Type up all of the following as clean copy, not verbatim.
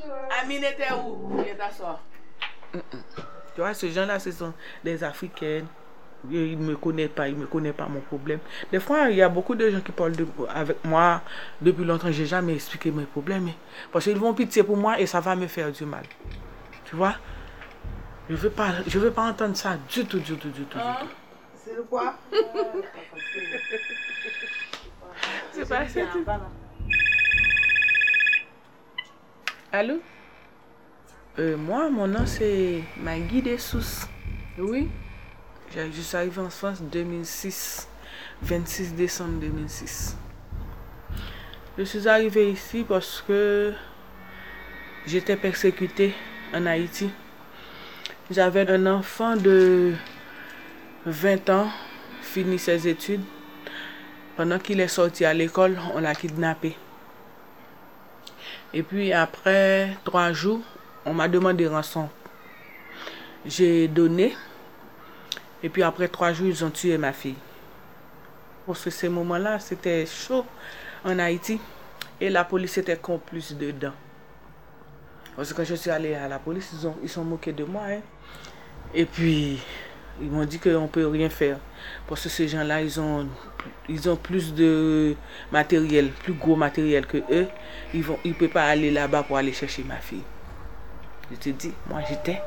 Amine était où? Il est à soi. Tu vois, ces gens-là, ce sont des Africaines. Ils ne me connaissent pas, mon problème. Des fois, il y a beaucoup de gens qui parlent avec moi depuis longtemps. Je n'ai jamais expliqué mes problèmes. Parce qu'ils vont pitié pour moi et ça va me faire du mal. Tu vois? Je veux pas entendre ça du tout. C'est le quoi? C'est pas ça. Allô? Moi, mon nom c'est Maggie Dessous. Oui? Je suis arrivée en France en 2006, 26 décembre 2006. Je suis arrivée ici parce que j'étais persécutée en Haïti. J'avais un enfant de 20 ans, fini ses études. Pendant qu'il est sorti à l'école, on l'a kidnappé. Et puis après 3 jours, on m'a demandé rançon. J'ai donné. Et puis après 3 jours, ils ont tué ma fille. Parce que ces moments-là, c'était chaud en Haïti. Et la police était complice dedans. Parce que quand je suis allée à la police, ils sont moqués de moi. Hein. Et puis, ils m'ont dit qu'on ne peut rien faire. Parce que ces gens-là, ils ont plus de matériel, plus gros matériel que eux. Ils ne peuvent pas aller là-bas pour aller chercher ma fille. Je te dis, moi j'étais.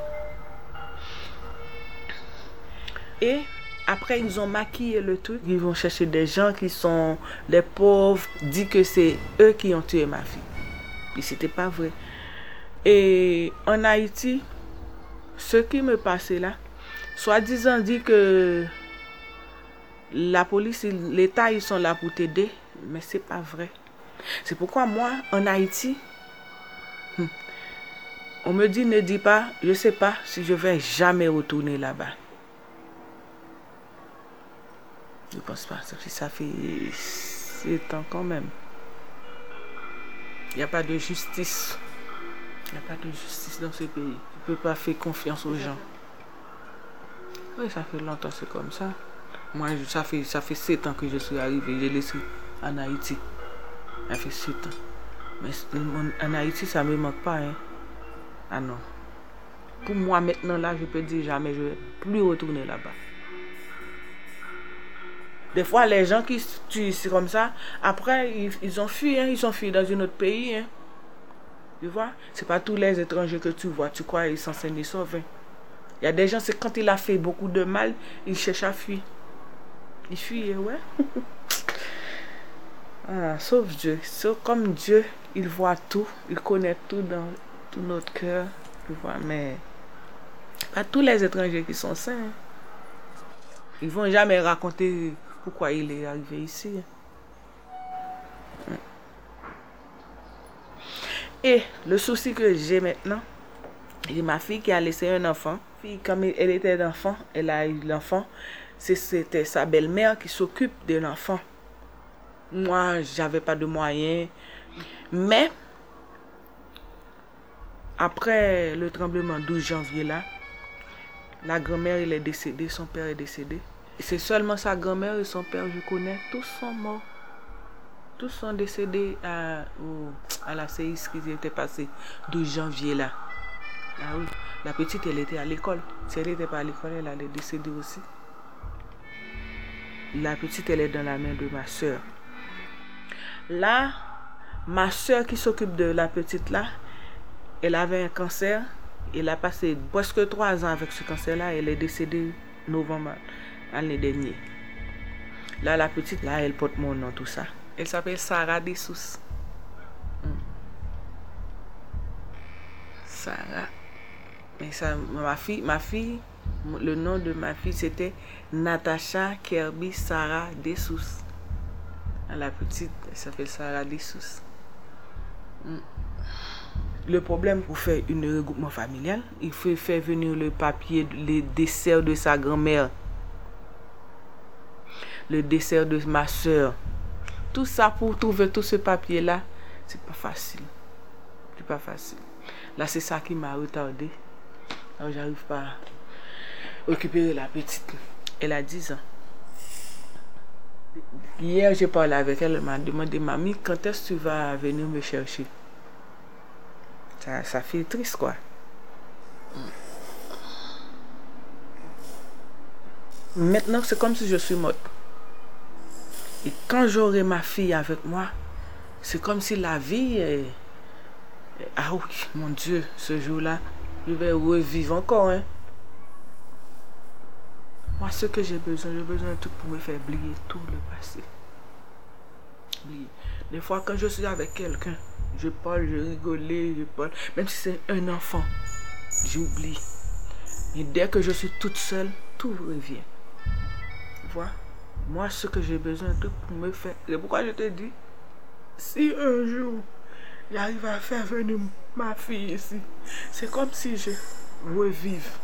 Et après, ils ont maquillé le truc. Ils vont chercher des gens qui sont des pauvres, dit que c'est eux qui ont tué ma fille. Et c'était pas vrai. Et en Haïti, ce qui me passait là, soi-disant dit que la police, l'État, ils sont là pour t'aider, mais c'est pas vrai. C'est pourquoi moi, en Haïti, on me dit, ne dis pas, je sais pas si je vais jamais retourner là-bas. Je pense pas, ça fait 7 ans quand même. Il n'y a pas de justice. Il n'y a pas de justice dans ce pays. Tu ne peux pas faire confiance aux gens. Oui, ça fait longtemps, c'est comme ça. Moi, ça fait 7 ans que je suis arrivé. J'ai laissé en Haïti. Ça fait 7 ans. Mais en Haïti, ça ne me manque pas. Hein. Ah non. Pour moi, maintenant, là, je peux dire jamais, je ne vais plus retourner là-bas. Des fois, les gens qui tuent ici comme ça, après, ils ont fui, hein, ils ont fui dans un autre pays. Hein. Tu vois? C'est pas tous les étrangers que tu vois, tu crois qu'ils sont sains et sauvés. Il y a des gens, c'est quand il a fait beaucoup de mal, ils cherchent à fuir. Ils fuient, ouais. Ah, sauf Dieu. Sauf comme Dieu, il voit tout, il connaît tout dans tout notre cœur. Tu vois, mais pas tous les étrangers qui sont sains. Hein. Ils vont jamais raconter pourquoi il est arrivé ici. Et le souci que j'ai maintenant, j'ai ma fille qui a laissé un enfant. Comme elle était enfant, elle a eu l'enfant. C'était sa belle-mère qui s'occupe de l'enfant. Moi, j'avais pas de moyens. Mais, après le tremblement du 12 janvier là, la grand-mère elle est décédée, son père est décédé. C'est seulement sa grand-mère et son père, je connais, tous sont morts. Tous sont décédés à la séisme qui était passée 12 janvier là. Ah oui, la petite elle était à l'école. Si elle n'était pas à l'école, elle allait décéder aussi. La petite elle est dans la main de ma soeur. Là, ma soeur qui s'occupe de la petite là, elle avait un cancer. Elle a passé presque 3 ans avec ce cancer là. Elle est décédée novembre l'année dernière. Là, la petite là, elle porte mon nom, tout ça. Elle s'appelle Sarah Dessous. Sarah. Mais ça, ma fille, le nom de ma fille, c'était Natasha Kirby Sarah Dessous. La petite, elle s'appelle Sarah Dessous. Le problème pour faire un regroupement familial, il faut faire venir le papier, le décès de sa grand-mère, le décès de ma soeur. Tout ça pour trouver tout ce papier-là, c'est pas facile. C'est pas facile. Là, c'est ça qui m'a retardé. Alors, j'arrive pas à récupérer la petite. Elle a 10 ans. Hier, j'ai parlé avec elle. Elle m'a demandé, mamie, quand est-ce que tu vas venir me chercher? Ça fait triste, quoi. Maintenant, c'est comme si je suis morte. Et quand j'aurai ma fille avec moi, c'est comme si la vie est... Ah oui, mon Dieu, ce jour-là, je vais revivre encore, hein. Moi, ce que j'ai besoin d'un truc pour me faire oublier tout le passé. Oublier. Des fois, quand je suis avec quelqu'un, je parle, je rigole, je parle. Même si c'est un enfant, j'oublie. Et dès que je suis toute seule, tout revient. Tu vois? Moi, ce que j'ai besoin d'un truc pour me faire... C'est pourquoi je te dis, si un jour, j'arrive à faire venir ma fille ici, c'est comme si je revive.